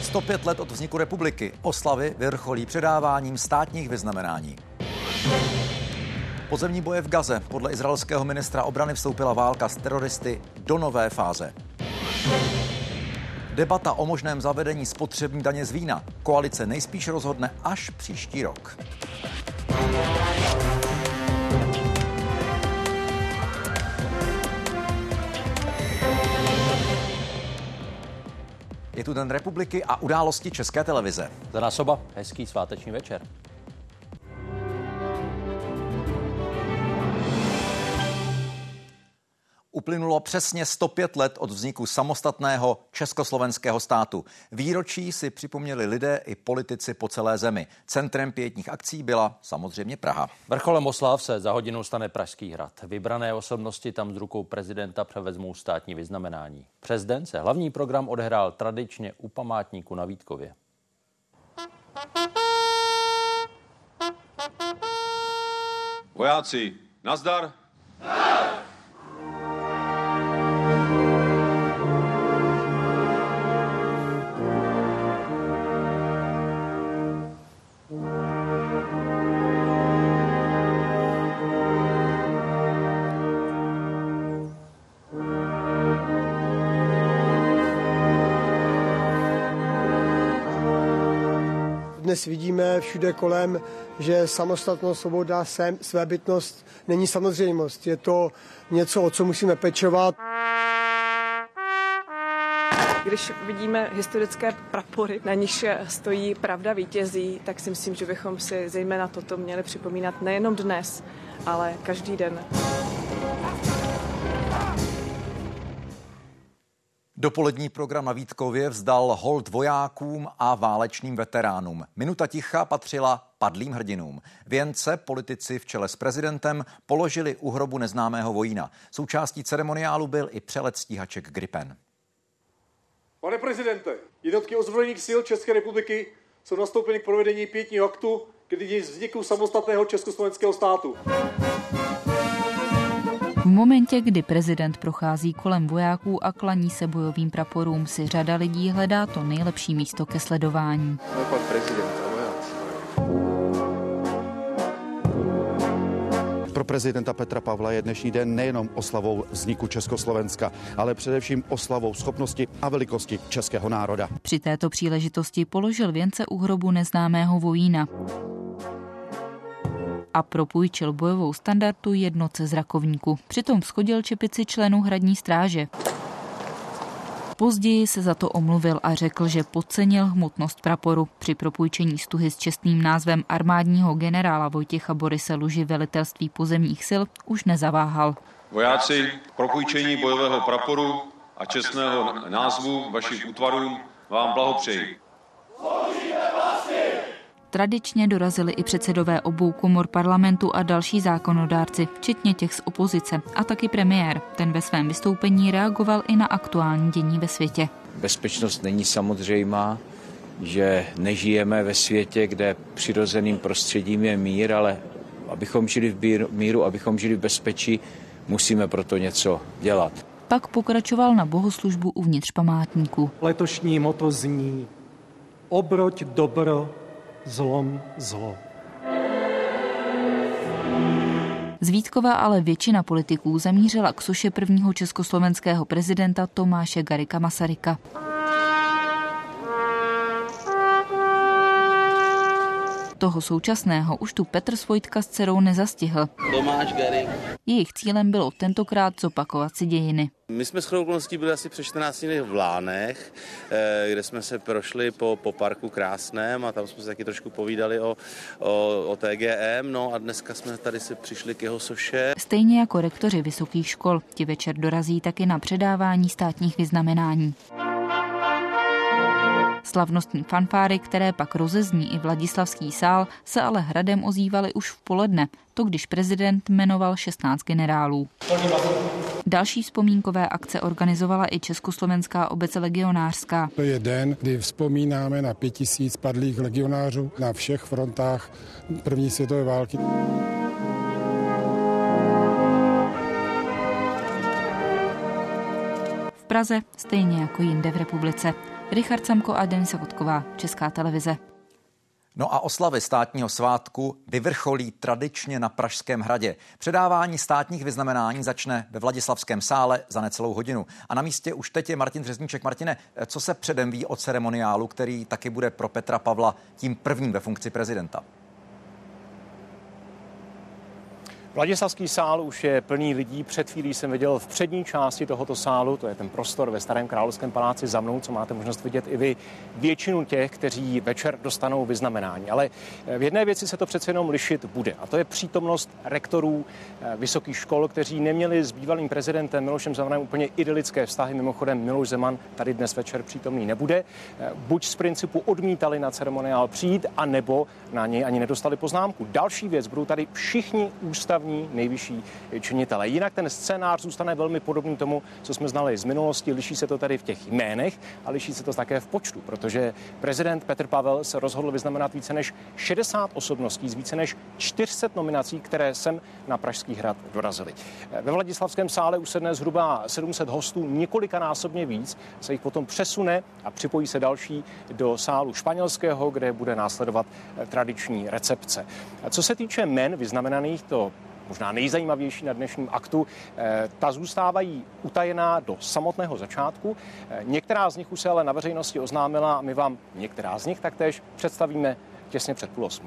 105 let od vzniku republiky. Oslavy vrcholí předáváním státních vyznamenání. Pozemní boje v Gaze. Podle izraelského ministra obrany vstoupila válka s teroristy do nové fáze. Debata o možném zavedení spotřební daně z vína. Koalice nejspíš rozhodne až příští rok. Je tu Den republiky a události České televize. Za nás oba hezký sváteční večer. Uplynulo přesně 105 let od vzniku samostatného československého státu. Výročí si připomněli lidé i politici po celé zemi. Centrem pietních akcí byla samozřejmě Praha. Vrcholem oslav se za hodinu stane Pražský hrad. Vybrané osobnosti tam z rukou prezidenta převezmou státní vyznamenání. Přes den se hlavní program odehrál tradičně u památníku na Vítkově. Vojáci, nazdar! Dnes vidíme všude kolem, že samostatnost, svoboda, svébytnost není samozřejmost. Je to něco, o co musíme pečovat. Když vidíme historické prapory, na nichž stojí pravda vítězí, tak si myslím, že bychom si zejména toto měli připomínat nejenom dnes, ale každý den. Dopolední program na Vítkově vzdal hold vojákům a válečným veteránům. Minuta ticha patřila padlým hrdinům. Věnce politici v čele s prezidentem položili u hrobu neznámého vojína. Součástí ceremoniálu byl i přelet stíhaček Gripen. Pane prezidente, jednotky ozbrojených sil České republiky jsou nastoupeny k provedení pietního aktu k dni vzniku samostatného československého státu. V momentě, kdy prezident prochází kolem vojáků a klaní se bojovým praporům, si řada lidí hledá to nejlepší místo ke sledování. Pan prezident a vojáci. Pro prezidenta Petra Pavla je dnešní den nejenom oslavou vzniku Československa, ale především oslavou schopnosti a velikosti českého národa. Při této příležitosti položil věnce u hrobu neznámého vojína a propůjčil bojovou standardu jednotce z Rakovníku. Přitom shodil čepici členů hradní stráže. Později se za to omluvil a řekl, že podcenil hmotnost praporu. Při propůjčení stuhy s čestným názvem armádního generála Vojtěcha Borise Luži velitelství pozemních sil už nezaváhal. Vojáci, propůjčení bojového praporu a čestného názvu vašich útvarů vám blahopřeji. Tradičně dorazili i předsedové obou komor parlamentu a další zákonodárci, včetně těch z opozice, a taky premiér. Ten ve svém vystoupení reagoval i na aktuální dění ve světě. Bezpečnost není samozřejmá, že nežijeme ve světě, kde přirozeným prostředím je mír, ale abychom žili v míru, abychom žili v bezpečí, musíme proto něco dělat. Pak pokračoval na bohoslužbu uvnitř památníku. Letošní motto zní: obroť dobro, zlom zlo. Z Vítkova ale většina politiků zamířila k soše prvního československého prezidenta Tomáše Garrigua Masaryka. Toho současného už tu Petr Svojtka s dcerou nezastihl. Tomáš Garrigue. Jejich cílem bylo tentokrát zopakovat si dějiny. My jsme shodou okolností byli asi před 14 dny v Lánech, kde jsme se prošli po parku krásném a tam jsme se taky trošku povídali o TGM, no a dneska jsme tady si přišli k jeho soše. Stejně jako rektoři vysokých škol, ti večer dorazí taky na předávání státních vyznamenání. Slavnostní fanfáry, které pak rozezní i Vladislavský sál, se ale hradem ozývaly už v poledne, to když prezident jmenoval 16 generálů. Další vzpomínkové akce organizovala i Československá obec legionářská. To je den, kdy vzpomínáme na 5000 padlých legionářů na všech frontách první světové války. V Praze, stejně jako jinde v republice, Richard Samko a Denisa Kotková, Česká televize. No a oslavy státního svátku vyvrcholí tradičně na Pražském hradě. Předávání státních vyznamenání začne ve Vladislavském sále za necelou hodinu. A na místě už teď je Martin Řezníček. Martine, co se předem ví o ceremoniálu, který taky bude pro Petra Pavla tím prvním ve funkci prezidenta? Vladislavský sál už je plný lidí. Před chvílí jsem viděl v přední části tohoto sálu, to je ten prostor ve Starém královském paláci za mnou, co máte možnost vidět i vy, většinu těch, kteří večer dostanou vyznamenání. Ale v jedné věci se to přece jenom lišit bude. A to je přítomnost rektorů vysokých škol, kteří neměli s bývalým prezidentem Milošem Zemanem úplně idylické vztahy. Mimochodem Miloš Zeman tady dnes večer přítomný nebude. Buď z principu odmítali na ceremoniál přijít, anebo na něj ani nedostali poznámku. Další věc, budou tady všichni ústavní nejvyšší činitelé. Jinak ten scénář zůstane velmi podobný tomu, co jsme znali z minulosti. Liší se to tady v těch jménech a liší se to také v počtu, protože prezident Petr Pavel se rozhodl vyznamenat více než 60 osobností z více než 400 nominací, které sem na Pražský hrad dorazily. Ve Vladislavském sále usedne zhruba 700 hostů, několikanásobně víc se jich potom přesune a připojí se další do sálu španělského, kde bude následovat tradiční recepce. A co se týče jmen vyznamenaných, to možná nejzajímavější na dnešním aktu, ta zůstávají utajená do samotného začátku. Některá z nich už se ale na veřejnosti oznámila a my vám některá z nich taktéž představíme těsně před 7:30.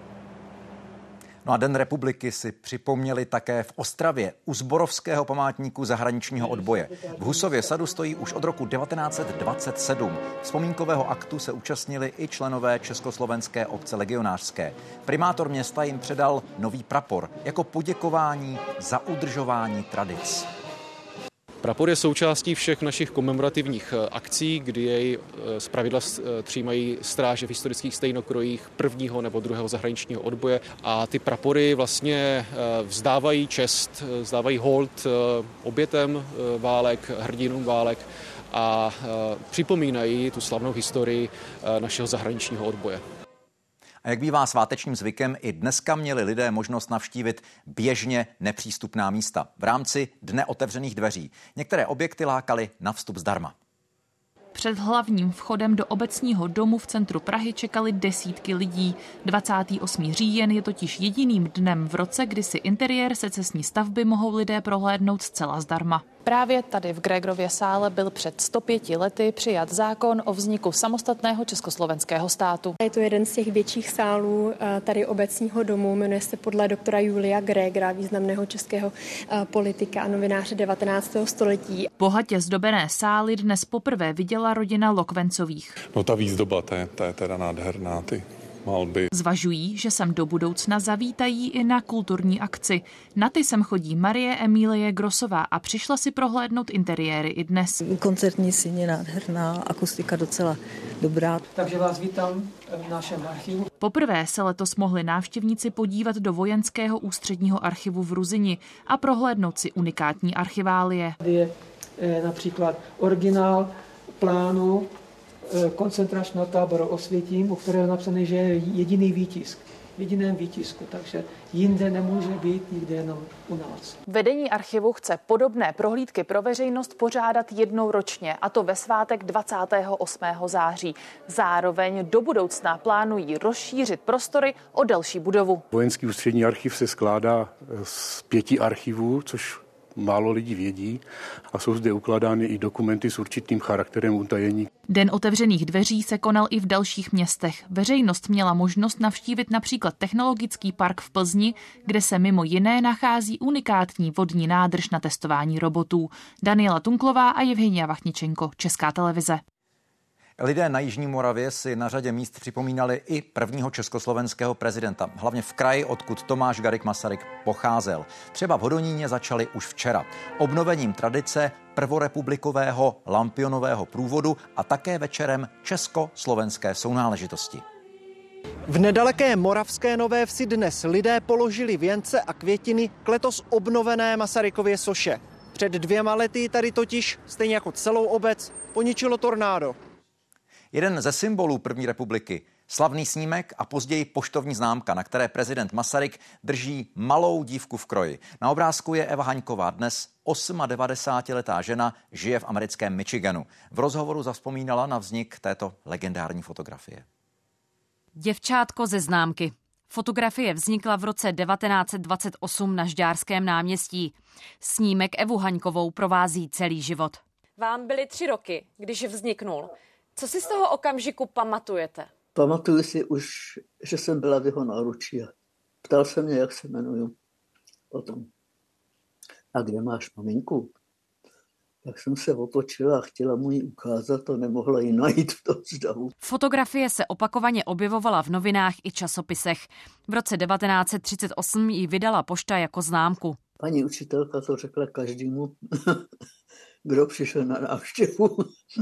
No a Den republiky si připomněli také v Ostravě u Zborovského památníku zahraničního odboje. V Husově sadu stojí už od roku 1927. Vzpomínkového aktu se účastnili i členové Československé obce legionářské. Primátor města jim předal nový prapor jako poděkování za udržování tradic. Prapor je součástí všech našich komemorativních akcí, kdy jej zpravidla třímají stráže v historických stejnokrojích prvního nebo druhého zahraničního odboje a ty prapory vlastně vzdávají čest, vzdávají hold obětem válek, hrdinům válek a připomínají tu slavnou historii našeho zahraničního odboje. A jak bývá svátečním zvykem, i dneska měli lidé možnost navštívit běžně nepřístupná místa v rámci Dne otevřených dveří. Některé objekty lákaly na vstup zdarma. Před hlavním vchodem do obecního domu v centru Prahy čekali desítky lidí. 28. říjen je totiž jediným dnem v roce, kdy si interiér secesní stavby mohou lidé prohlédnout zcela zdarma. Právě tady v Gregrově sále byl před 105 lety přijat zákon o vzniku samostatného československého státu. Je to jeden z těch větších sálů tady obecního domu, jmenuje se podle doktora Julia Gregera, významného českého politika a novináře 19. století. Bohatě zdobené sály dnes poprvé viděla rodina Lokvencových. No ta výzdoba, to je teda nádherná, ty malby. Zvažují, že sem do budoucna zavítají i na kulturní akci. Na ty sem chodí Marie Emílie Grosová a přišla si prohlédnout interiéry i dnes. Koncertní síně nádherná, akustika docela dobrá. Takže vás vítám v našem archivu. Poprvé se letos mohli návštěvníci podívat do Vojenského ústředního archivu v Ruzini a prohlédnout si unikátní archiválie. Je například originál plánu koncentračního táboru Osvětím, u kterého je napsané, že je jediný výtisk. V jediném výtisku, takže jinde nemůže být nikde jenom u nás. Vedení archivu chce podobné prohlídky pro veřejnost pořádat jednou ročně, a to ve svátek 28. září. Zároveň do budoucna plánují rozšířit prostory o další budovu. Vojenský ústřední archiv se skládá z 5 archivů, což málo lidí vědí, a jsou zde ukládány i dokumenty s určitým charakterem utajení. Den otevřených dveří se konal i v dalších městech. Veřejnost měla možnost navštívit například Technologický park v Plzni, kde se mimo jiné nachází unikátní vodní nádrž na testování robotů. Daniela Tunklová a Jevhenia Vachničenko, Česká televize. Lidé na Jižní Moravě si na řadě míst připomínali i prvního československého prezidenta, hlavně v kraji, odkud Tomáš Garrigue Masaryk pocházel. Třeba v Hodoníně začali už včera obnovením tradice prvorepublikového lampionového průvodu a také večerem československé sounáležitosti. V nedaleké Moravské Nové Vsi dnes lidé položili věnce a květiny k letos obnovené Masarykově soše. Před 2 lety tady totiž, stejně jako celou obec, poničilo tornádo. Jeden ze symbolů první republiky, Slavný snímek a později poštovní známka, na které prezident Masaryk drží malou dívku v kroji. Na obrázku je Eva Haňková, dnes 98letá žena, žije v americkém Michiganu. V rozhovoru zavzpomínala na vznik této legendární fotografie. Děvčátko ze známky. Fotografie vznikla v roce 1928 na Žďárském náměstí. Snímek Evu Haňkovou provází celý život. Vám byly 3 roky, když vzniknul. Co si z toho okamžiku pamatujete? Pamatuju si už, že jsem byla v jeho náručí a ptal se mě, jak se jmenuju potom. A kde máš maminku? Tak jsem se otočila a chtěla mu ji ukázat a nemohla ji najít v tom zdavu. Fotografie se opakovaně objevovala v novinách i časopisech. V roce 1938 ji vydala pošta jako známku. Paní učitelka to řekla každému, kdo přišel na návštěvu,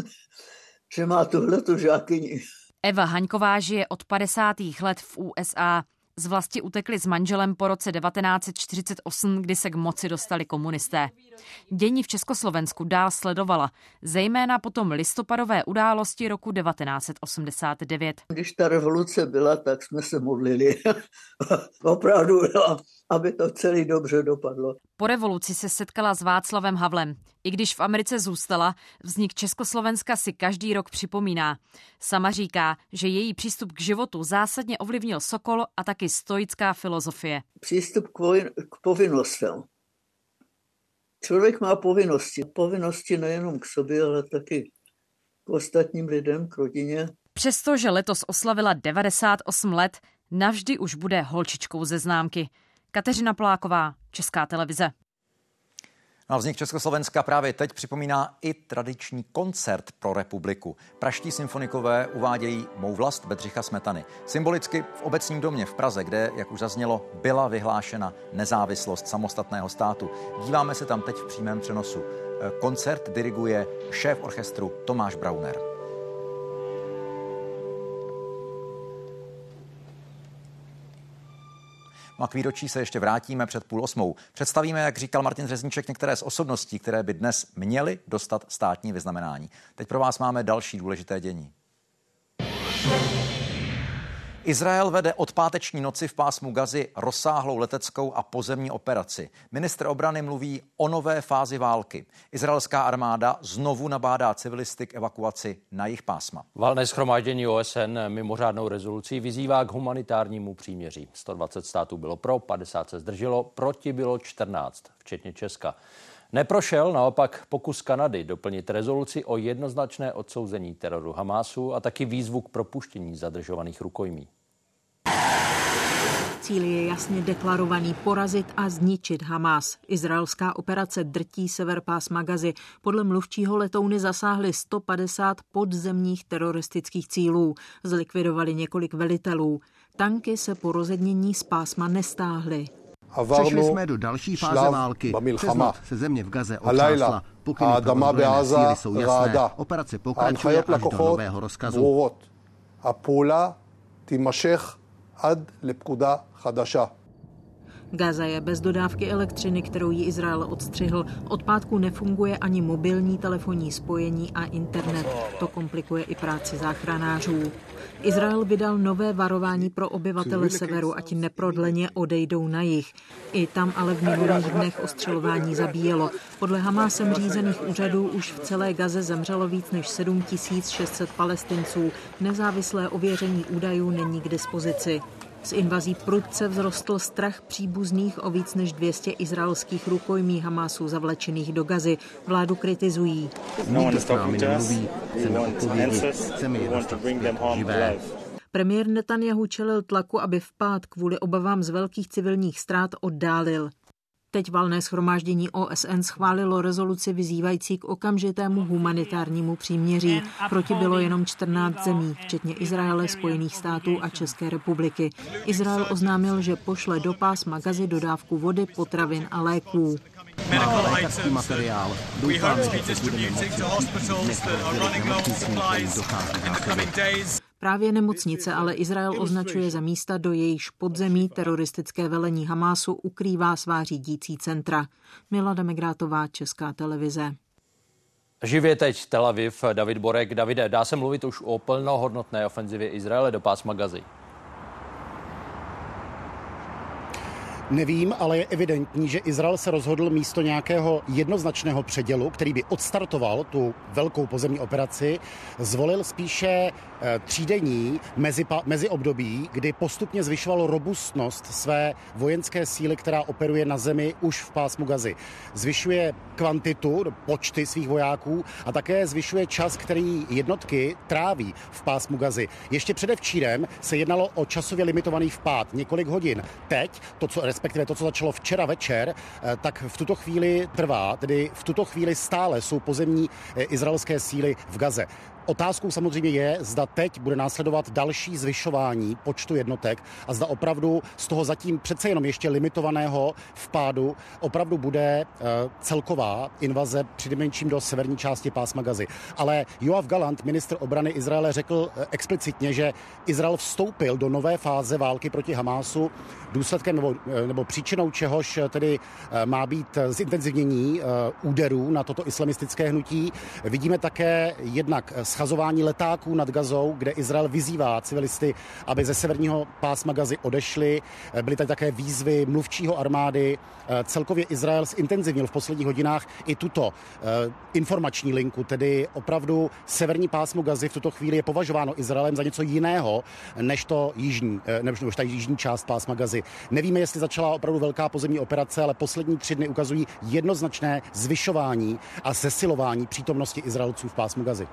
že má tuhletu žákyni. Eva Haňková žije od 50. let v USA. Z vlasti utekli s manželem po roce 1948, kdy se k moci dostali komunisté. Dění v Československu dál sledovala, zejména potom listopadové události roku 1989. Když ta revoluce byla, tak jsme se modlili. Opravdu, aby to celý dobře dopadlo. Po revoluci se setkala s Václavem Havlem. I když v Americe zůstala, vznik Československa si každý rok připomíná. Sama říká, že její přístup k životu zásadně ovlivnil Sokol a taky stoická filozofie. Přístup k povinnostem. Člověk má povinnosti. Povinnosti nejenom k sobě, ale taky k ostatním lidem, k rodině. Přestože letos oslavila 98 let, navždy už bude holčičkou ze známky. Kateřina Poláková, Česká televize. Na vznik Československa právě teď připomíná i tradiční koncert pro republiku. Pražští symfonikové uvádějí Mou vlast Bedřicha Smetany. Symbolicky v Obecním domě v Praze, kde, jak už zaznělo, byla vyhlášena nezávislost samostatného státu. Díváme se tam teď v přímém přenosu. Koncert diriguje šéf orchestru Tomáš Brauner. A k výročí se ještě vrátíme před 7:30. Představíme, jak říkal Martin Řezníček, některé z osobností, které by dnes měly dostat státní vyznamenání. Teď pro vás máme další důležité dění. Izrael vede od páteční noci v pásmu Gazy rozsáhlou leteckou a pozemní operaci. Ministr obrany mluví o nové fázi války. Izraelská armáda znovu nabádá civilisty k evakuaci na jih pásma. Valné shromáždění OSN mimořádnou rezolucí vyzývá k humanitárnímu příměří. 120 států bylo pro, 50 se zdrželo, proti bylo 14, včetně Česka. Neprošel naopak pokus Kanady doplnit rezoluci o jednoznačné odsouzení teroru Hamásu a taky výzvu k propuštění zadržovaných rukojmí. Cíl je jasně deklarovaný: porazit a zničit Hamás. Izraelská operace drtí sever pásma Gazy. Podle mluvčího letouny zasáhly 150 podzemních teroristických cílů. Zlikvidovali několik velitelů. Tanky se po rozednění z pásma nestáhly. Přešli jsme do další fáze války. Přes noc se země v Gaze otřásla. Pokyny pro ozbrojené síly jsou jasné. Operace pokračuje až do nového rozkazu. Gaza je bez dodávky elektřiny, kterou jí Izrael odstřihl. Od pátku nefunguje ani mobilní telefonní spojení a internet. To komplikuje i práci záchranářů. Izrael vydal nové varování pro obyvatele severu, ať neprodleně odejdou na jih. I tam ale v minulých dnech ostřelování zabíjelo. Podle Hamásem řízených úřadů už v celé Gaze zemřelo víc než 7600 Palestinců. Nezávislé ověření údajů není k dispozici. S invazí prudce vzrostl strach příbuzných o víc než 200 izraelských rukojmí Hamásu zavlečených do Gazy. Vládu kritizují. Nikdo s námi nemluví, chceme odpovědi, chceme je dostat živé. Premiér Netanjahu čelil tlaku, aby vpád kvůli obavám z velkých civilních ztrát oddálil. Teď valné shromáždění OSN schválilo rezoluci vyzývající k okamžitému humanitárnímu příměří. Proti bylo jenom 14 zemí, včetně Izraele, Spojených států a České republiky. Izrael oznámil, že pošle do pásma Gazy dodávku vody, potravin a léků. Máme lékařský materiál. Doufáme, že se budeme moci Právě nemocnice ale Izrael označuje za místa, do jejichž podzemí teroristické velení Hamásu ukrývá svá řídící centra. Milada Megrátová, Česká televize. Živě teď Tel Aviv, David Borek. Davide, dá se mluvit už o plnohodnotné ofenzivě Izraele do pásma Gazy? Nevím, ale je evidentní, že Izrael se rozhodl místo nějakého jednoznačného předělu, který by odstartoval tu velkou pozemní operaci, zvolil spíše třídenní meziobdobí, kdy postupně zvyšoval robustnost své vojenské síly, která operuje na zemi už v pásmu Gazy. Zvyšuje kvantitu, počty svých vojáků a také zvyšuje čas, který jednotky tráví v pásmu Gazy. Ještě předevčírem se jednalo o časově limitovaný vpád, několik hodin. Teď, respektive to, co začalo včera večer, tak v tuto chvíli trvá, tedy v tuto chvíli stále jsou pozemní izraelské síly v Gaze. Otázkou samozřejmě je, zda teď bude následovat další zvyšování počtu jednotek a zda opravdu z toho zatím přece jenom ještě limitovaného vpádu opravdu bude celková invaze přinejmenším do severní části pásma Gazy. Ale Yoav Gallant, ministr obrany Izraele, řekl explicitně, že Izrael vstoupil do nové fáze války proti Hamásu důsledkem nebo příčinou čehož tedy má být zintenzivnění úderů na toto islamistické hnutí. Vidíme také jednak schazování letáků nad Gazou, kde Izrael vyzývá civilisty, aby ze severního pásma Gazy odešli. Byly tady také výzvy mluvčího armády. Celkově Izrael zintenzivnil v posledních hodinách i tuto informační linku, tedy opravdu severní pásmo Gazy v tuto chvíli je považováno Izraelem za něco jiného, než ta jižní část pásma Gazy. Nevíme, jestli začala opravdu velká pozemní operace, ale poslední 3 dny ukazují jednoznačné zvyšování a zesilování přítomnosti Izraelců v pásmu Gazy.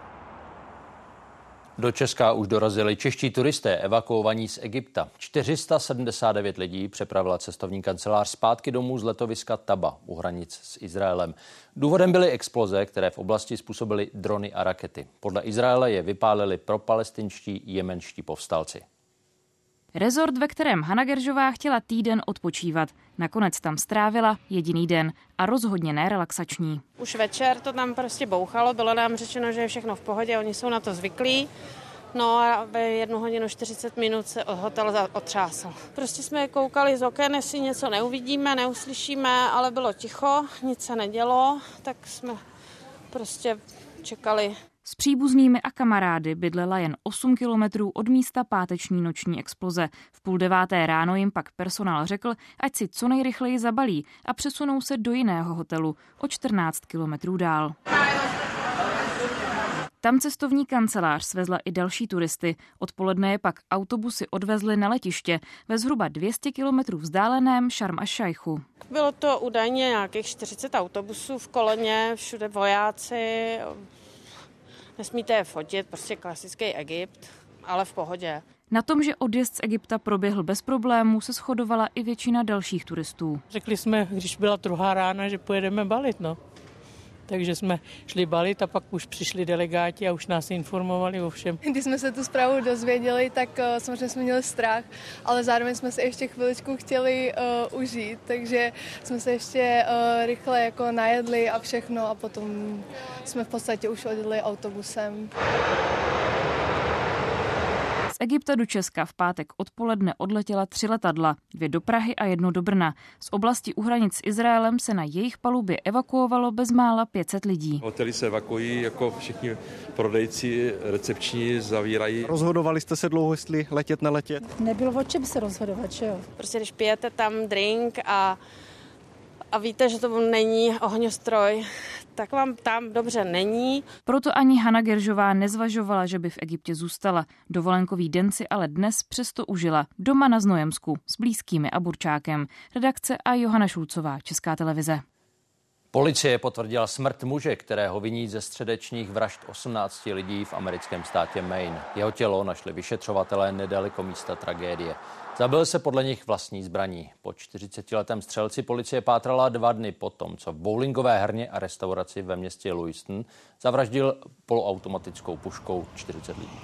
Do Česka už dorazili čeští turisté evakuovaní z Egypta. 479 lidí přepravila cestovní kancelář zpátky domů z letoviska Taba u hranic s Izraelem. Důvodem byly exploze, které v oblasti způsobily drony a rakety. Podle Izraele je vypálili propalestinští jemenští povstalci. Rezort, ve kterém Hana Geržová chtěla týden odpočívat. Nakonec tam strávila jediný den a rozhodně ne relaxační. Už večer to tam prostě bouchalo, bylo nám řečeno, že je všechno v pohodě, oni jsou na to zvyklí. No a ve 1 hodinu 40 minut se hotel otřásl. Prostě jsme koukali z oken, jestli něco neuvidíme, neuslyšíme, ale bylo ticho, nic se nedělo, tak jsme prostě čekali. S příbuznými a kamarády bydlela jen 8 kilometrů od místa páteční noční exploze. V 8:30 ráno jim pak personál řekl, ať si co nejrychleji zabalí a přesunou se do jiného hotelu o 14 kilometrů dál. Tam cestovní kancelář svezla i další turisty. Odpoledne je pak autobusy odvezly na letiště ve zhruba 200 kilometrů vzdáleném Šarm a-Šajchu. Bylo to údajně nějakých 40 autobusů v koloně, všude vojáci. Nesmíte je fotit, prostě klasický Egypt, ale v pohodě. Na tom, že odjezd z Egypta proběhl bez problémů, se shodovala i většina dalších turistů. Řekli jsme, když byla 2. rána, že pojedeme balit, no. Takže jsme šli balit a pak už přišli delegáti a už nás informovali o všem. Když jsme se tu zprávu dozvěděli, tak samozřejmě jsme měli strach, ale zároveň jsme se ještě chviličku chtěli užít, takže jsme se ještě rychle jako najedli a všechno a potom jsme v podstatě už odjeli autobusem. Z Egypta do Česka v pátek odpoledne odletěla 3 letadla, 2 do Prahy a 1 do Brna. Z oblasti u hranic s Izraelem se na jejich palubě evakuovalo bezmála 500 lidí. Hotely se evakuují, jako všichni prodejci, recepční zavírají. Rozhodovali jste se dlouho, jestli letět, neletět? Nebylo o čem se rozhodovat, že jo? Prostě když pijete tam drink a víte, že to není ohňostroj, tak vám tam dobře není. Proto ani Hana Geržová nezvažovala, že by v Egyptě zůstala. Dovolenkový den si ale dnes přesto užila doma na Znojemsku s blízkými a burčákem. Redakce a Johana Šulcová, Česká televize. Policie potvrdila smrt muže, kterého viní ze středečních vražd 18 lidí v americkém státě Maine. Jeho tělo našli vyšetřovatelé nedaleko místa tragédie. Zabil se podle nich vlastní zbraní. Po 40letém střelci policie pátrala 2 dny potom, co v bowlingové herně a restauraci ve městě Lewiston zavraždil poloautomatickou puškou 40 lidí.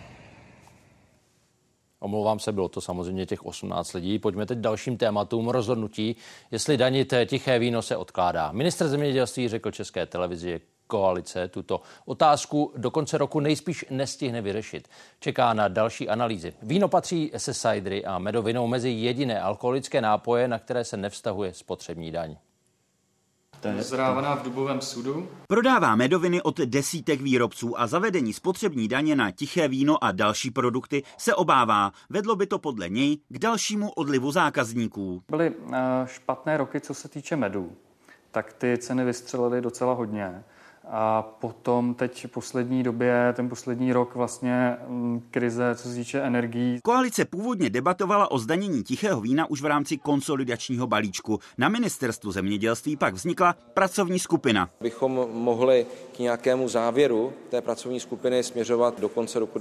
Omlouvám se, bylo to samozřejmě těch 18 lidí. Pojďme teď dalším tématům. Rozhodnutí, jestli danit tiché víno se odkládá. Ministr zemědělství řekl České televizi, že koalice tuto otázku do konce roku nejspíš nestihne vyřešit. Čeká na další analýzy. Víno patří se sajdry a medovinou mezi jediné alkoholické nápoje, na které se nevztahuje spotřební daň. Zrávaná v Dubovém Sudu. Prodává medoviny od desítek výrobců a zavedení spotřební daně na tiché víno a další produkty se obává. Vedlo by to podle něj k dalšímu odlivu zákazníků. Byly špatné roky, co se týče medů. Tak ty ceny vystřelily docela hodně. A potom teď v poslední době, ten poslední rok vlastně krize, co se týče energií. Koalice původně debatovala o zdanění tichého vína už v rámci konsolidačního balíčku. Na ministerstvu zemědělství pak vznikla pracovní skupina. Bychom mohli k nějakému závěru té pracovní skupiny směřovat do konce roku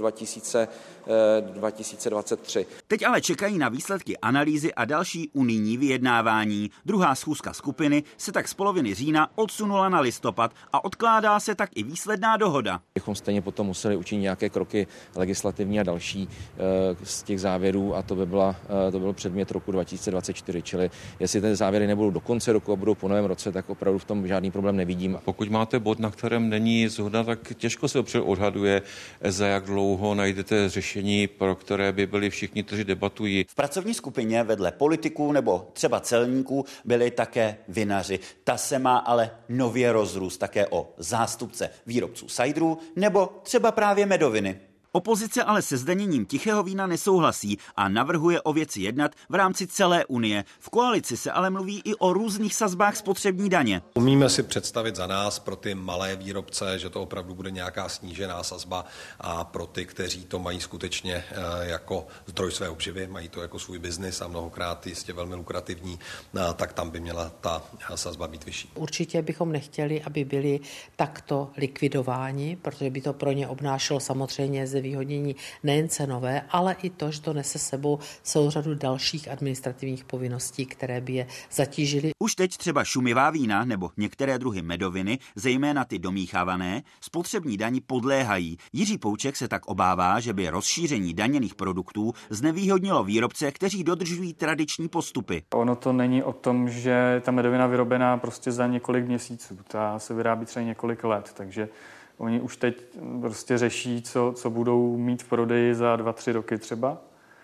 2023. Teď ale čekají na výsledky analýzy a další unijní vyjednávání. Druhá schůzka skupiny se tak z poloviny října odsunula na listopad a odkládá se tak i výsledná dohoda. Bychom stejně potom museli učinit nějaké kroky legislativní a další z těch závěrů a to byl předmět roku 2024, čili jestli ty závěry nebudou do konce roku a budou po novém roce, tak opravdu v tom žádný problém nevidím. Pokud máte bod, na kterém není shoda, tak těžko se opředu odhaduje, za jak dlouho najdete řešení, pro které by byli všichni, kteří debatují. V pracovní skupině vedle politiků nebo třeba celníků byli také vinaři. Ta se má ale nově rozrůst také o zástupce výrobců sajdrů nebo třeba právě medoviny. Opozice ale se zdaněním tichého vína nesouhlasí a navrhuje o věci jednat v rámci celé Unie. V koalici se ale mluví i o různých sazbách spotřební daně. Umíme si představit za nás pro ty malé výrobce, že to opravdu bude nějaká snížená sazba a pro ty, kteří to mají skutečně jako zdroj své obživy, mají to jako svůj biznis a mnohokrát jistě velmi lukrativní, tak tam by měla ta sazba být vyšší. Určitě bychom nechtěli, aby byli takto likvidováni, protože by to pro ně obnášelo samozřejmě zvýhodnění nejen cenové, ale i to, že to nese sebou celou řadu dalších administrativních povinností, které by je zatížily. Už teď třeba šumivá vína nebo některé druhy medoviny, zejména ty domíchávané, spotřební dani podléhají. Jiří Pouček se tak obává, že by rozšíření daněných produktů znevýhodnilo výrobce, kteří dodržují tradiční postupy. Ono to není o tom, že ta medovina vyrobená prostě za několik měsíců. Ta se vyrábí třeba několik let, takže oni už teď prostě řeší, co budou mít v prodeji za 2-3 roky třeba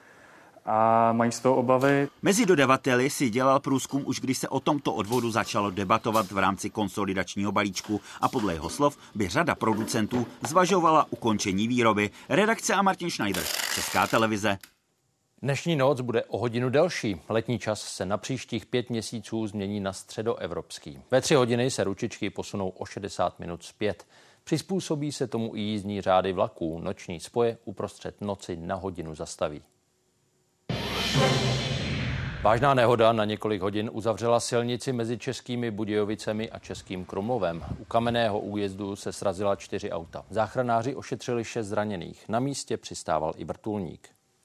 a mají z toho obavy. Mezi dodavateli si dělal průzkum už když se o tomto odvodu začalo debatovat v rámci konsolidačního balíčku a podle jeho slov by řada producentů zvažovala ukončení výroby. Redakce a Martin Schneider, Česká televize. Dnešní noc bude o hodinu delší. Letní čas se na příštích 5 měsíců změní na středoevropský. Ve 3 hodiny se ručičky posunou o 60 minut zpět. Přizpůsobí se tomu i jízdní řády vlaků. Noční spoje uprostřed noci na hodinu zastaví. Vážná nehoda na několik hodin uzavřela silnici mezi Českými Budějovicemi a Českým Krumlovem. U kamenného újezdu se srazila 4 auta. Záchranáři ošetřili 6 zraněných. Na místě přistával i vrtulník.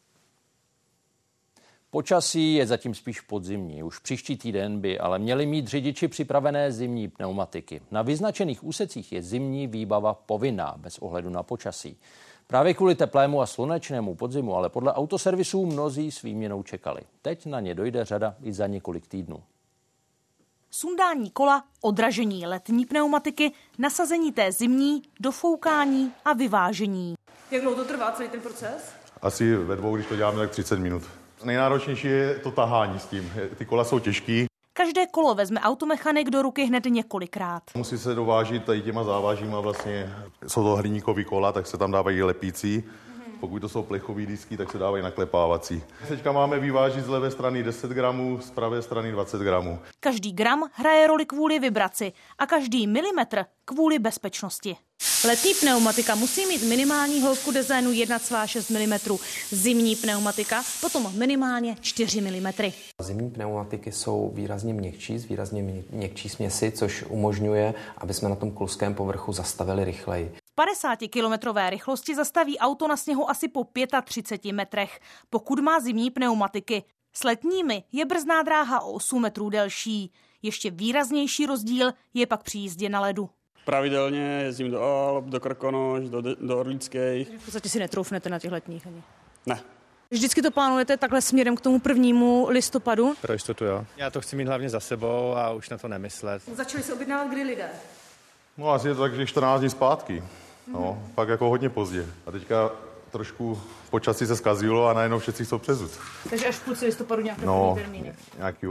Počasí je zatím spíš podzimní. Už příští týden by ale měli mít řidiči připravené zimní pneumatiky. Na vyznačených úsecích je zimní výbava povinná bez ohledu na počasí. Právě kvůli teplému a slunečnému podzimu, ale podle autoservisů mnozí s výměnou čekali. Teď na ně dojde řada i za několik týdnů. Sundání kola, odražení letní pneumatiky, nasazení té zimní, dofoukání a vyvážení. Jak dlouho to trvá celý ten proces? Asi ve 2, když to děláme, tak 30 minut. Nejnáročnější je to tahání s tím. Ty kola jsou těžký. Každé kolo vezme automechanik do ruky hned několikrát. Musí se dovážit tady těma závažíma vlastně. Jsou to hliníkový kola, tak se tam dávají lepící. Pokud to jsou plechový disky, tak se dávají naklepávací. Teďka máme vyvážit z levé strany 10 gramů, z pravé strany 20 gramů. Každý gram hraje roli kvůli vibraci a každý milimetr kvůli bezpečnosti. Letní pneumatika musí mít minimální hloubku designu 1,6 mm. Zimní pneumatika potom minimálně 4 mm. Zimní pneumatiky jsou výrazně měkčí, z výrazně měkčí směsi, což umožňuje, aby jsme na tom kluzkém povrchu zastavili rychleji. V 50-kilometrové rychlosti zastaví auto na sněhu asi po 35 metrech, pokud má zimní pneumatiky. S letními je brzdná dráha o 8 metrů delší. Ještě výraznější rozdíl je pak při jízdě na ledu. Pravidelně jezdím do Alp, do Krkonoš, do Orlických. V podstatě si netroufnete na těch letních ani? Ne. Vždycky to plánujete takhle směrem k tomu 1. listopadu? Pro jistotu, jo. Já to chci mít hlavně za sebou a už na to nemyslet. Začali se objednávat kdy lidé? No asi je to tak, že 14 dní zpátky. No, pak jako hodně pozdě. A teďka trošku počasí se zkazilo a najednou všichni jsou přezud. Takže až v půlce listopadu nějaké termíny? Nějaký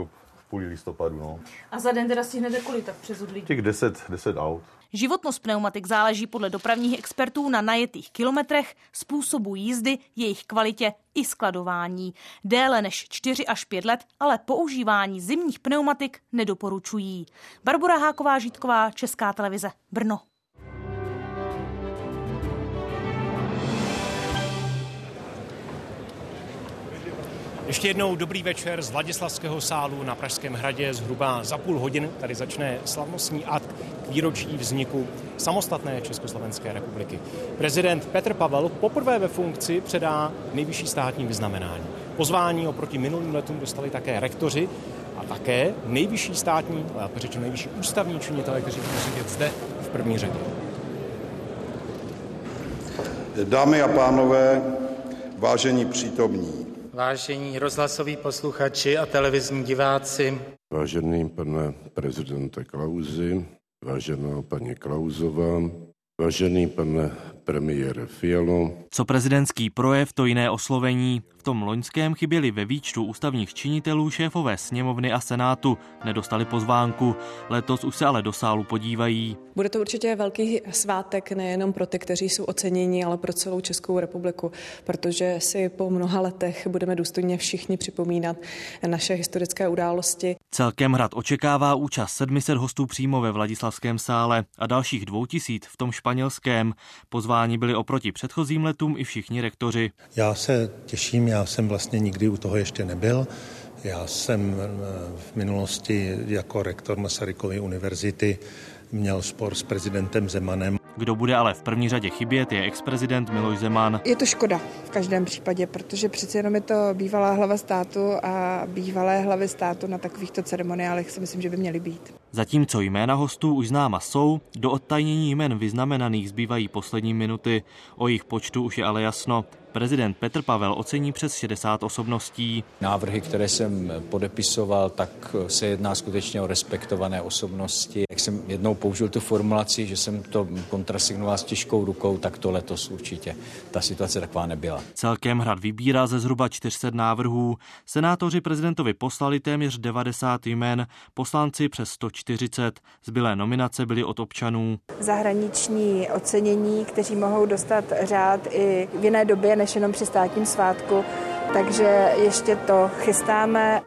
v půli listopadu. No. A za den teda stihnete kolik tak přes Udlí? Těch 10 aut. Životnost pneumatik záleží podle dopravních expertů na najetých kilometrech, způsobu jízdy, jejich kvalitě i skladování. Déle než 4 až 5 let, ale používání zimních pneumatik nedoporučují. Barbora Háková-Žítková, Česká televize, Brno. Ještě jednou dobrý večer z Vladislavského sálu na Pražském hradě. Zhruba za půl hodiny tady začne slavnostní akt k výročí vzniku samostatné Československé republiky. Prezident Petr Pavel poprvé ve funkci předá nejvyšší státní vyznamenání. Pozvání oproti minulým letům dostali také rektoři a také nejvyšší státní, lépe řečeno nejvyšší ústavní činitelé, kteří budou sedět zde v první řadě. Dámy a pánové, vážení přítomní, vážení rozhlasoví posluchači a televizní diváci. Vážený pane prezidente Klausi, vážená paní Klausová, vážený pane premiére Fialo. Co prezidentský projev, to jiné oslovení. V tom loňském chyběli ve výčtu ústavních činitelů šéfové sněmovny a senátu. Nedostali pozvánku. Letos už se ale do sálu podívají. Bude to určitě velký svátek nejenom pro ty, kteří jsou oceněni, ale pro celou Českou republiku, protože si po mnoha letech budeme důstojně všichni připomínat naše historické události. Celkem hrad očekává účast 700 hostů přímo ve Vladislavském sále a dalších 2000 v tom španělském. Pozváni byli oproti předchozím letům i všichni rektoři. Já se těším, já jsem vlastně nikdy u toho ještě nebyl. Já jsem v minulosti jako rektor Masarykovy univerzity měl spor s prezidentem Zemanem. Kdo bude ale v první řadě chybět, je exprezident Miloš Zeman. Je to škoda v každém případě, protože přeci jenom je to bývalá hlava státu a bývalé hlavy státu na takovýchto ceremoniálech si myslím, že by měly být. Zatímco jména hostů už známa jsou, do odtajnění jmen vyznamenaných zbývají poslední minuty. O jejich počtu už je ale jasno. Prezident Petr Pavel ocení přes 60 osobností. Návrhy, které jsem podepisoval, tak se jedná skutečně o respektované osobnosti. Jak jsem jednou použil tu formulaci, že jsem to kontrasignoval s těžkou rukou, tak to letos určitě ta situace taková nebyla. Celkem hrad vybírá ze zhruba 400 návrhů. Senátoři prezidentovi poslali téměř 90 jmen, poslanci přes 140. Zbylé nominace byly od občanů. Zahraniční ocenění, kteří mohou dostat řád i v jiné době než jenom při státním svátku, takže ještě to chystáme.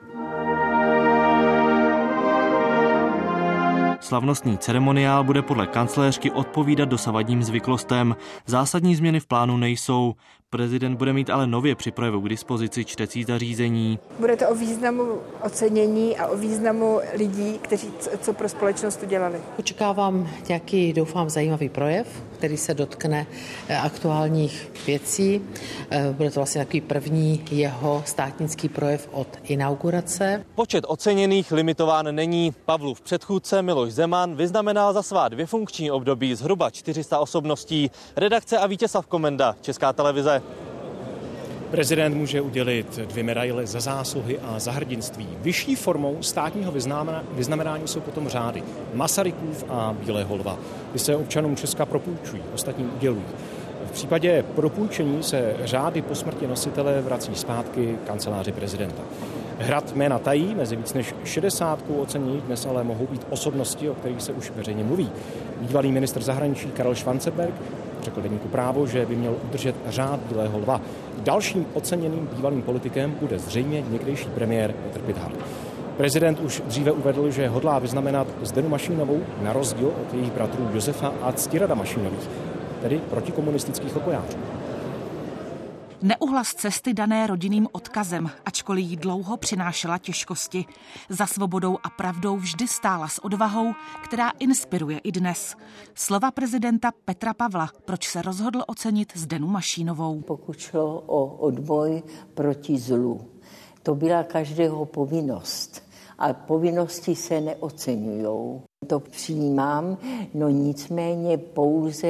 Slavnostní ceremoniál bude podle kancléřky odpovídat dosavadním zvyklostem. Zásadní změny v plánu nejsou. Prezident bude mít ale nově při projevu k dispozici čtecí zařízení. Bude to o významu ocenění a o významu lidí, kteří co pro společnost udělali. Očekávám nějaký, doufám, zajímavý projev, který se dotkne aktuálních věcí. Bude to vlastně takový první jeho státnický projev od inaugurace. Počet oceněných limitován není. Pavlův předchůdce Miloš Zeman vyznamenal za svá 2 funkční období zhruba 400 osobností. Redakce a Vítězslav Komenda, Česká televize. Prezident může udělit 2 medaile za zásluhy a za hrdinství. Vyšší formou státního vyznamenání jsou potom řády Masarykův a Bílého lva. Ty se občanům Česka propůjčují, ostatním udělují. V případě propůjčení se řády po smrti nositele vrací zpátky kanceláři prezidenta. Hrad jména tají, mezi víc než 60 ocenění dnes ale mohou být osobnosti, o kterých se už veřejně mluví. Bývalý ministr zahraničí Karel Schwanzenberg řekl deníku Právo, že by měl udržet řád Bílého lva. Dalším oceněným bývalým politikem bude zřejmě někdejší premiér Petr Pithart. Prezident už dříve uvedl, že hodlá vyznamenat Zdenu Mašínovou na rozdíl od jejich bratrů Josefa a Ctirada Mašínových, tedy protikomunistických odbojářů. Neúhlas cesty dané rodinným odkazem, ačkoliv jí dlouho přinášela těžkosti. Za svobodou a pravdou vždy stála s odvahou, která inspiruje i dnes. Slova prezidenta Petra Pavla, proč se rozhodl ocenit Zdenu Mašínovou. Pokud šlo o odboj proti zlu, to byla každého povinnost. A povinnosti se neoceňujou. To přijímám, no nicméně pouze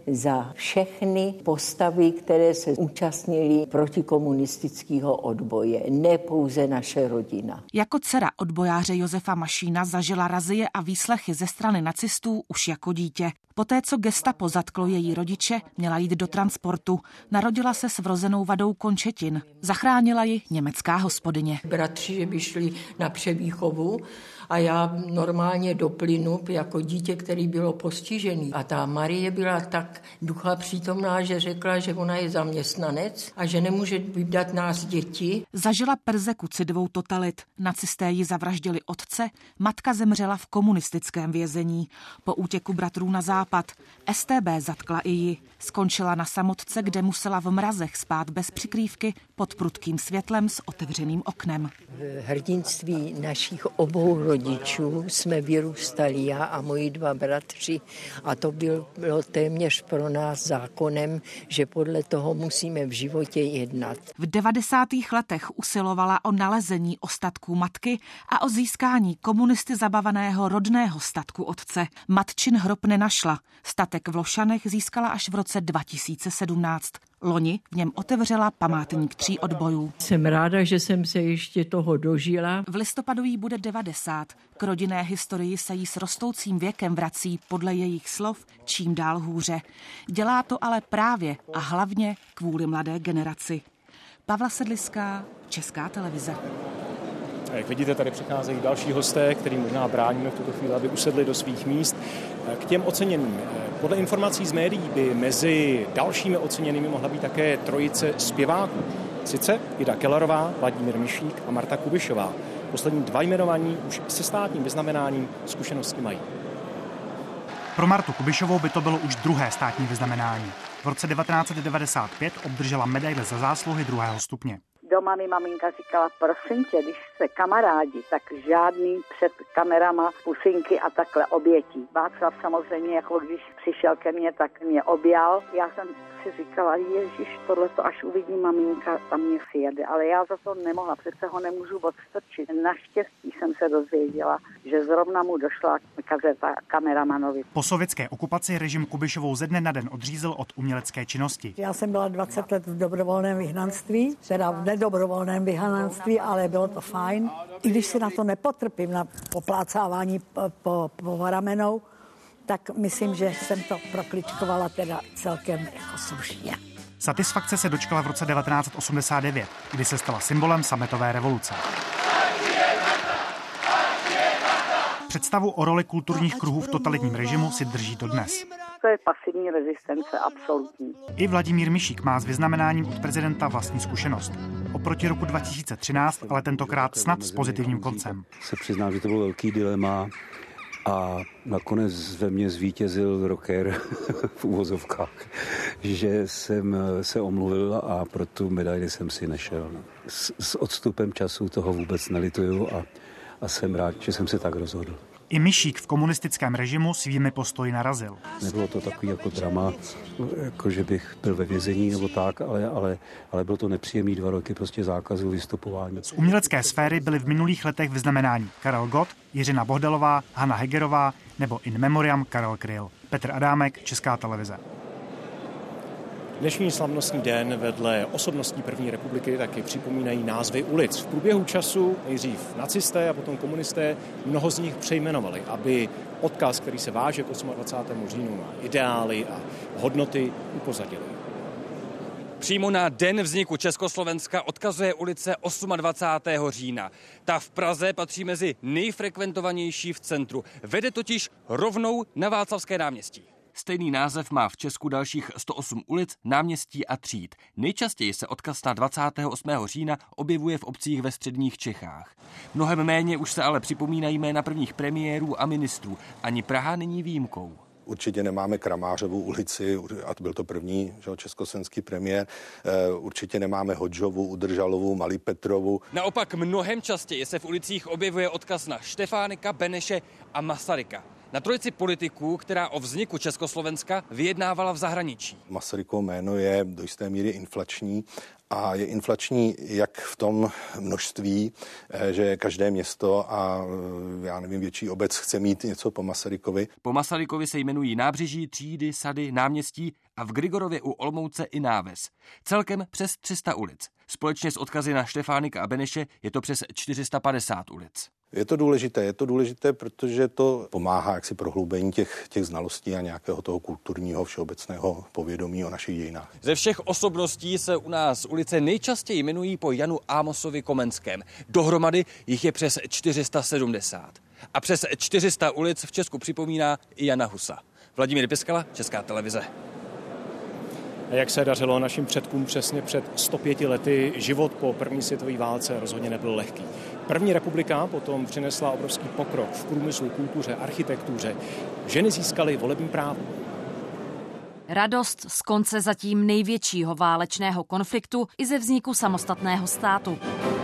za všechny postavy, které se účastnily protikomunistického odboje, ne pouze naše rodina. Jako dcera odbojáře Josefa Mašína zažila razie a výslechy ze strany nacistů už jako dítě. Poté, co gestapo zatklo její rodiče, měla jít do transportu. Narodila se s vrozenou vadou končetin. Zachránila ji německá hospodyně. Bratři by šli na převýchovu a já normálně do plynu jako dítě, který bylo postižený. A ta Marie byla tak ducha přítomná, že řekla, že ona je zaměstnanec a že nemůže vydat nás děti. Zažila perzekuci 2 totalit. Nacisté ji zavraždili otce, matka zemřela v komunistickém vězení. Po útěku bratrů na západ StB zatkla i ji. Skončila na samotce, kde musela v mrazech spát bez přikrývky pod prudkým světlem s otevřeným oknem. V hrdinství našich obou rodičů jsme vyrůstali, já a moji 2 bratři, a to bylo téměř pro nás zákonem, že podle toho musíme v životě jednat. V 90. letech usilovala o nalezení ostatků matky a o získání komunisty zabaveného rodného statku otce. Matčin hrob nenašla. Statek v Lošanech získala až v roce 2017. Loni v něm otevřela památník 3 odbojů. Jsem ráda, že jsem se ještě toho dožila. V listopadu jí bude 90. K rodinné historii se jí s rostoucím věkem vrací podle jejich slov čím dál hůře. Dělá to ale právě a hlavně kvůli mladé generaci. Pavla Sedliská, Česká televize. A jak vidíte, tady přicházejí další hosté, kterým možná bráníme v tuto chvíli, aby usedli do svých míst. K těm oceněným. Podle informací z médií by mezi dalšími oceněnými mohla být také trojice zpěváků. Sice Ida Kellerová, Vladimír Mišík a Marta Kubišová. Poslední 2 jmenovaní už se státním vyznamenáním zkušenosti mají. Pro Martu Kubišovou by to bylo už 2. státní vyznamenání. V roce 1995 obdržela medaili za zásluhy 2. stupně. Doma mi maminka říkala, prosím tě, když se kamarádi, tak žádný před kamerama pusinky a takhle obětí. Václav samozřejmě, jako když přišel ke mně, tak mě objal. Já jsem si říkala, ježiš, tohleto až uvidí maminka, tam mě sjede. Ale já za to nemohla, přece ho nemůžu odstrčit. Naštěstí jsem se dozvěděla, že zrovna mu došla kazeta kameramanovi. Po sovětské okupaci režim Kubišovou ze dne na den odřízl od umělecké činnosti. Já jsem byla 20 let v dobrovolném vyhnanství, teda v nedobrovolném vyhnanství, ale bylo to fajn. I když si na to nepotrpím, na poplácávání po ramenou, tak myslím, že jsem to prokličkovala teda celkem jako slušně. Satisfakce se dočkala v roce 1989, kdy se stala symbolem sametové revoluce. Představu o roli kulturních kruhů v totalitním režimu si drží dodnes. To je pasivní rezistence, absolutní. I Vladimír Mišík má s vyznamenáním od prezidenta vlastní zkušenost. Oproti roku 2013, ale tentokrát snad s pozitivním koncem. Se přiznám, že to bylo velký dilema a nakonec ve mně zvítězil rocker v uvozovkách, že jsem se omluvil a pro tu medaili jsem si nešel. S odstupem času toho vůbec nelituju a jsem rád, že jsem se tak rozhodl. I Mišík v komunistickém režimu svými postoji narazil. Nebylo to takový jako drama, jako že bych byl ve vězení nebo tak, ale bylo to nepříjemný 2 roky prostě zákazu vystupování. Z umělecké sféry byly v minulých letech vyznamenáni Karel Gott, Jiřina Bohdalová, Hana Hegerová nebo in memoriam Karel Kryl. Petr Adámek, Česká televize. Dnešní slavnostní den vedle osobností první republiky taky připomínají názvy ulic. V průběhu času nejdřív nacisté a potom komunisté mnoho z nich přejmenovali, aby odkaz, který se váže k 28. říjnu na ideály a hodnoty, upozadili. Přímo na den vzniku Československa odkazuje ulice 28. října. Ta v Praze patří mezi nejfrekventovanější v centru. Vede totiž rovnou na Václavské náměstí. Stejný název má v Česku dalších 108 ulic, náměstí a tříd. Nejčastěji se odkaz na 28. října objevuje v obcích ve středních Čechách. Mnohem méně už se ale připomínají jména prvních premiérů a ministrů. Ani Praha není výjimkou. Určitě nemáme Kramářovu ulici, a byl to první československý premiér. Určitě nemáme Hodžovu, Udržalovu, Malý Petrovu. Naopak mnohem častěji se v ulicích objevuje odkaz na Štefánika, Beneše a Masaryka. Na trojici politiků, která o vzniku Československa vyjednávala v zahraničí. Masarykovo jméno je do jisté míry inflační a je inflační jak v tom množství, že každé město a já nevím, větší obec chce mít něco po Masarykovi. Po Masarykovi se jmenují nábřeží, třídy, sady, náměstí a v Grigorově u Olomouce i náves. Celkem přes 300 ulic. Společně s odkazy na Štefánika a Beneše je to přes 450 ulic. Je to důležité, protože to pomáhá jaksi prohloubení těch znalostí a nějakého toho kulturního všeobecného povědomí o našich dějinách. Ze všech osobností se u nás ulice nejčastěji jmenují po Janu Ámosovi Komenském. Dohromady jich je přes 470. A přes 400 ulic v Česku připomíná i Jana Husa. Vladimír Piskala, Česká televize. A jak se dařilo našim předkům přesně před 105 lety, život po první světové válce rozhodně nebyl lehký. První republika potom přinesla obrovský pokrok v průmyslu, kultuře, architektuře. Ženy získaly volební právo. Radost z konce zatím největšího válečného konfliktu i ze vzniku samostatného státu.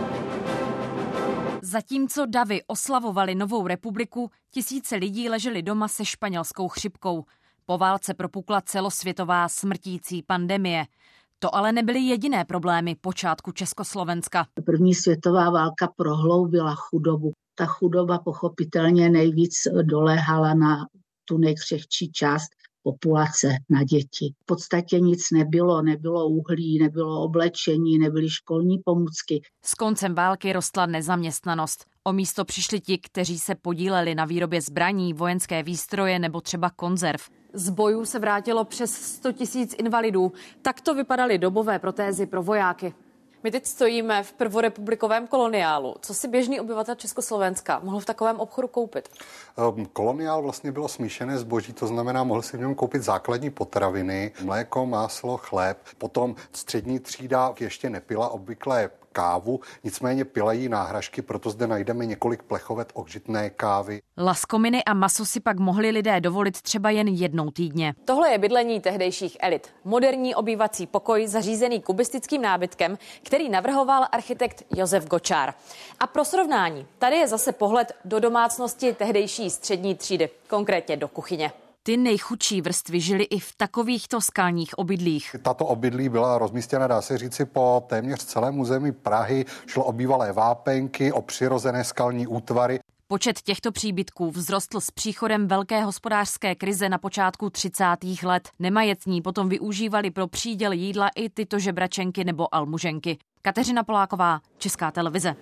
Zatímco davy oslavovaly novou republiku, tisíce lidí leželi doma se španělskou chřipkou. Po válce propukla celosvětová smrtící pandemie. To ale nebyly jediné problémy počátku Československa. První světová válka prohloubila chudobu. Ta chudoba pochopitelně nejvíc doléhala na tu nejkřehčí část populace, na děti. V podstatě nic nebylo uhlí, nebylo oblečení, nebyly školní pomůcky. S koncem války rostla nezaměstnanost. O místo přišli ti, kteří se podíleli na výrobě zbraní, vojenské výstroje nebo třeba konzerv. Z bojů se vrátilo přes 100 000 invalidů. Takto vypadaly dobové protézy pro vojáky. My teď stojíme v prvorepublikovém koloniálu. Co si běžný obyvatel Československa mohl v takovém obchodu koupit? Koloniál vlastně bylo smíšené zboží, to znamená, mohl si v něm koupit základní potraviny, mléko, máslo, chléb. Potom střední třída ještě nepila obvykle kávu, nicméně pila jí náhražky, proto zde najdeme několik plechovet ožitné kávy. Laskominy a maso si pak mohli lidé dovolit třeba jen jednou týdně. Tohle je bydlení tehdejších elit. Moderní obývací pokoj zařízený kubistickým nábytkem, který navrhoval architekt Josef Gočár. A pro srovnání, tady je zase pohled do domácnosti tehdejší střední třídy, konkrétně do kuchyně. Ty nejchudší vrstvy žily i v takovýchto skalních obydlích. Tato obydlí byla rozmístěna, dá se říci, po téměř celém území Prahy. Šlo o bývalé vápenky, o přirozené skalní útvary. Počet těchto příbytků vzrostl s příchodem velké hospodářské krize na počátku 30. let. Nemajetní potom využívali pro příděl jídla i tyto žebračenky nebo almuženky. Kateřina Poláková, Česká televize.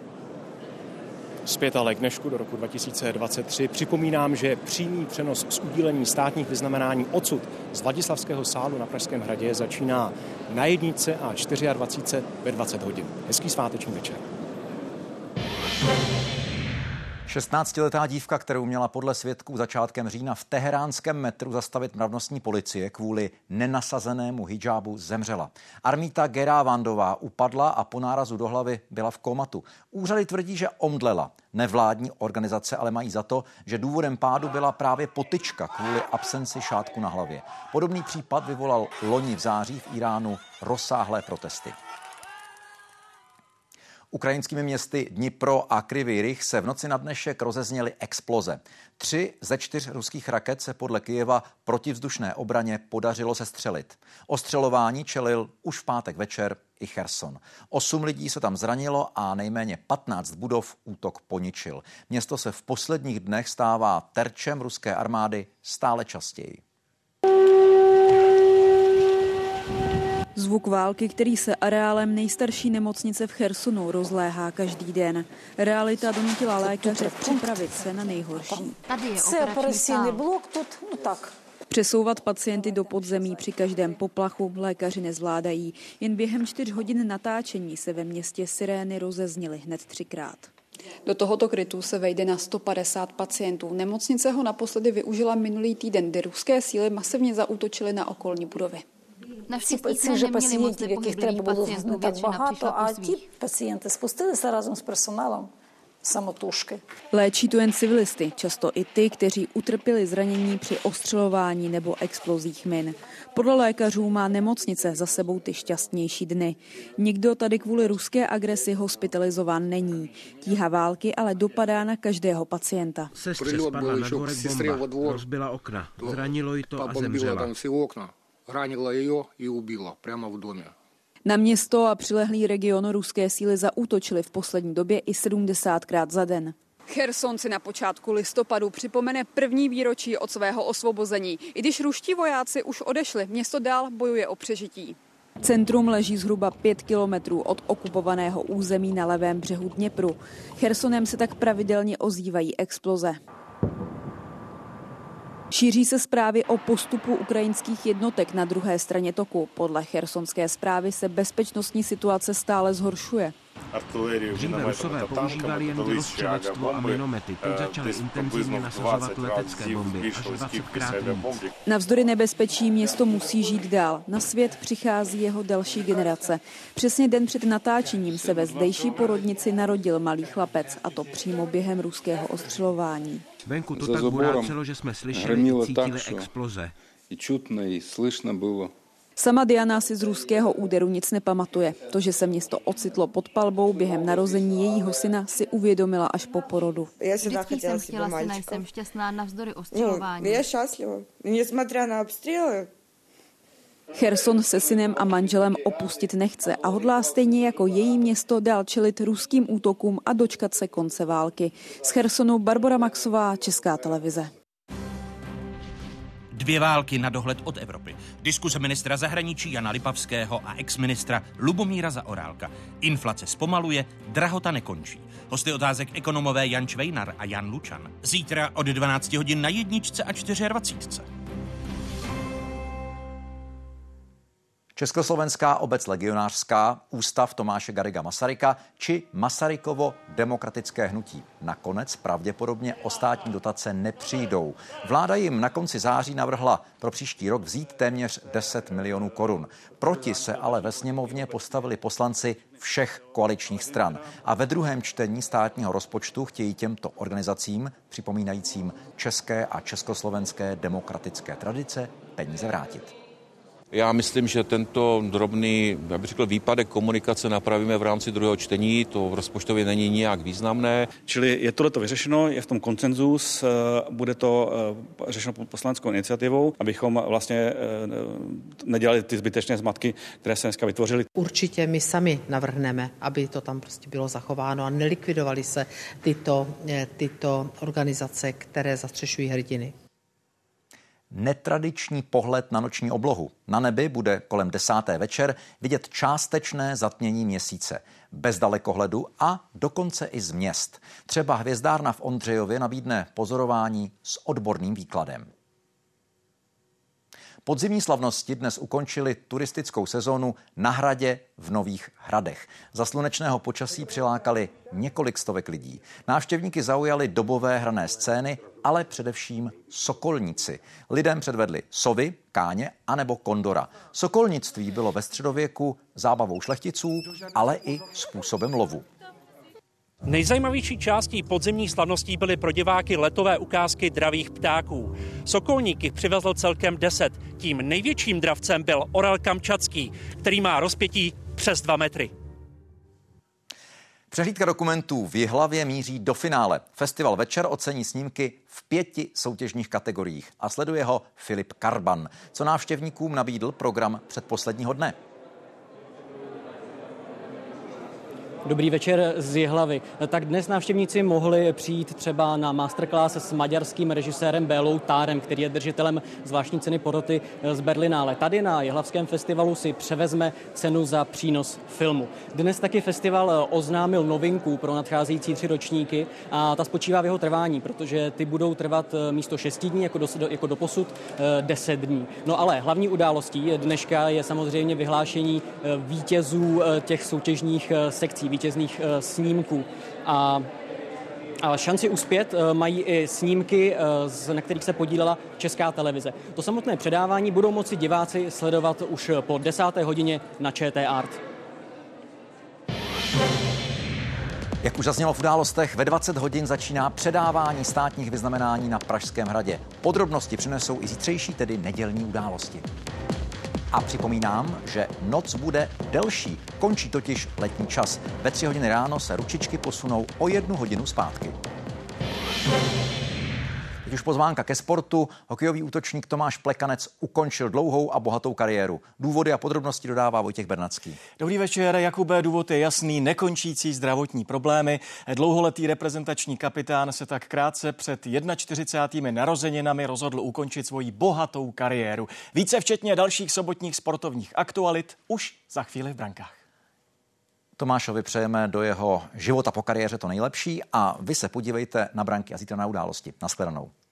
Zpět ale k dnešku do roku 2023 připomínám, že přímý přenos z udílení státních vyznamenání odsud z Vladislavského sálu na Pražském hradě začíná na 1 a 24 ve 20 hodin. Hezký sváteční večer. 16letá dívka, kterou měla podle svědků začátkem října v teheránském metru zastavit mravnostní policie kvůli nenasazenému hidžábu, zemřela. Armíta Geravandová upadla a po nárazu do hlavy byla v komatu. Úřady tvrdí, že omdlela. Nevládní organizace ale mají za to, že důvodem pádu byla právě potyčka kvůli absenci šátku na hlavě. Podobný případ vyvolal loni v září v Iránu rozsáhlé protesty. Ukrajinskými městy Dnipro a Kryvý Rih se v noci na dnešek rozezněly exploze. 3 ze 4 ruských raket se podle Kyjeva protivzdušné obraně podařilo sestřelit. Ostřelování čelil už v pátek večer i Cherson. 8 lidí se tam zranilo a nejméně 15 budov útok poničil. Město se v posledních dnech stává terčem ruské armády stále častěji. Zvuk války, který se areálem nejstarší nemocnice v Chersonu rozléhá každý den. Realita donutila lékaře připravit se na nejhorší. Tady je operační blok, tak. Přesouvat pacienty do podzemí při každém poplachu lékaři nezvládají. Jen během 4 hodin natáčení se ve městě sirény rozezněly hned 3krát. Do tohoto krytu se vejde na 150 pacientů. Nemocnice ho naposledy využila minulý týden, kdy ruské síly masivně zaútočily na okolní budovy. Ці ж пацієнтів, яких треба було так багато, а ті пацієнти спустилися разом з персоналом samotůžky. Léčí to jen civilisty, často i ty, kteří utrpěli zranění při ostřelování nebo explozích min. Podle lékařů má nemocnice za sebou ty šťastnější dny. Nikdo tady kvůli ruské agresi hospitalizován není. Tíha války ale dopadá na každého pacienta. Sestře spadla na dvorek bomba, rozbila okna, zranilo jí to a zemřela. Ранила ее и убила прямо в доме. Na město a přilehlý region ruské síly zaútočily v poslední době i 70krát za den. Cherson si na počátku listopadu připomene první výročí od svého osvobození. I když ruští vojáci už odešli, město dál bojuje o přežití. Centrum leží zhruba 5 kilometrů od okupovaného území na levém břehu Dněpru. Chersonem se tak pravidelně ozývají exploze. Šíří se zprávy o postupu ukrajinských jednotek na druhé straně toku. Podle chersonské zprávy se bezpečnostní situace stále zhoršuje. Dříve Rusové používali jen dělostřelectvo a minomety. Teď začali intenzivně nasazovat letecké bomby, až 20krát víc. Navzdory nebezpečí město musí žít dál. Na svět přichází jeho další generace. Přesně den před natáčením se ve zdejší porodnici narodil malý chlapec, a to přímo během ruského ostřelování. Venku to tak burácelo, že jsme slyšeli a cítili exploze. Sama Diana si z ruského úderu nic nepamatuje. To, že se město ocitlo pod palbou během narození jejího syna, si uvědomila až po porodu. Vždycky jsem chtěla syna, jsem šťastná navzdory ostřelování. Já šťastlivá, nesмотря na obstřely. Cherson se synem a manželem opustit nechce a hodlá stejně jako její město dál čelit ruským útokům a dočkat se konce války. Z Chersonu Barbora Maxová, Česká televize. 2 války na dohled od Evropy. Diskuse ministra zahraničí Jana Lipavského a exministra Lubomíra Zaorálka. Inflace zpomaluje, drahota nekončí. Hosty otázek ekonomové Jan Švejnar a Jan Lučan. Zítra od 12 hodin na 1 a 24. Československá obec legionářská, Ústav Tomáše Garriga Masaryka či Masarykovo demokratické hnutí. Nakonec pravděpodobně o státní dotace nepřijdou. Vláda jim na konci září navrhla pro příští rok vzít téměř 10 milionů korun. Proti se ale ve sněmovně postavili poslanci všech koaličních stran. A ve druhém čtení státního rozpočtu chtějí těmto organizacím, připomínajícím české a československé demokratické tradice, peníze vrátit. Já myslím, že tento drobný, já bych řekl, výpadek komunikace napravíme v rámci druhého čtení, to rozpočtově není nijak významné. Čili je tohleto vyřešeno, je v tom konsenzus, bude to řešeno poslaneckou iniciativou, abychom vlastně nedělali ty zbytečné zmatky, které se dneska vytvořily. Určitě my sami navrhneme, aby to tam prostě bylo zachováno a nelikvidovaly se tyto organizace, které zastřešují hrdiny. Netradiční pohled na noční oblohu. Na nebi bude kolem 10. večer vidět částečné zatmění měsíce. Bez dalekohledu a dokonce i z měst. Třeba hvězdárna v Ondřejově nabídne pozorování s odborným výkladem. Podzimní slavnosti dnes ukončily turistickou sezónu na hradě v Nových Hradech. Za slunečného počasí přilákali několik stovek lidí. Návštěvníky zaujaly dobové hrané scény, ale především sokolníci. Lidem předvedli sovy, káně anebo kondora. Sokolnictví bylo ve středověku zábavou šlechticů, ale i způsobem lovu. Nejzajímavější částí podzimních slavností byly pro diváky letové ukázky dravých ptáků. Sokolníky přivezl celkem 10. Tím největším dravcem byl orel kamčatský, který má rozpětí přes 2 metry. Přehlídka dokumentů v Jihlavě míří do finále. Festival Večer ocení snímky v 5 soutěžních kategoriích a sleduje ho Filip Karban. Co návštěvníkům nabídl program předposledního dne? Dobrý večer z Jihlavy. Tak dnes návštěvníci mohli přijít třeba na masterclass s maďarským režisérem Bélou Tárem, který je držitelem zvláštní ceny poroty z Berlinále. Tady na Jihlavském festivalu si převezme cenu za přínos filmu. Dnes taky festival oznámil novinku pro nadcházející 3 ročníky a ta spočívá v jeho trvání, protože ty budou trvat místo 6 dní jako doposud 10 dní. No ale hlavní událostí dneška je samozřejmě vyhlášení vítězů těch soutěžních sekcí, vítězných snímků. A šanci uspět mají i snímky, na kterých se podílela Česká televize. To samotné předávání budou moci diváci sledovat už po 10. hodině na ČT Art. Jak už zaznělo v událostech, ve 20 hodin začíná předávání státních vyznamenání na Pražském hradě. Podrobnosti přinesou i zítřejší, tedy nedělní události. A připomínám, že noc bude delší, končí totiž letní čas. Ve 3 hodiny ráno se ručičky posunou o 1 hodinu zpátky. Teď už pozvánka ke sportu. Hokejový útočník Tomáš Plekanec ukončil dlouhou a bohatou kariéru. Důvody a podrobnosti dodává Vojtěch Bernacký. Dobrý večer, Jakube, důvod je jasný, nekončící zdravotní problémy. Dlouholetý reprezentační kapitán se tak krátce před 41. narozeninami rozhodl ukončit svoji bohatou kariéru. Více včetně dalších sobotních sportovních aktualit už za chvíli v brankách. Tomášovi přejeme do jeho života po kariéře to nejlepší a vy se podívejte na branky a zítra na události. Nashledanou.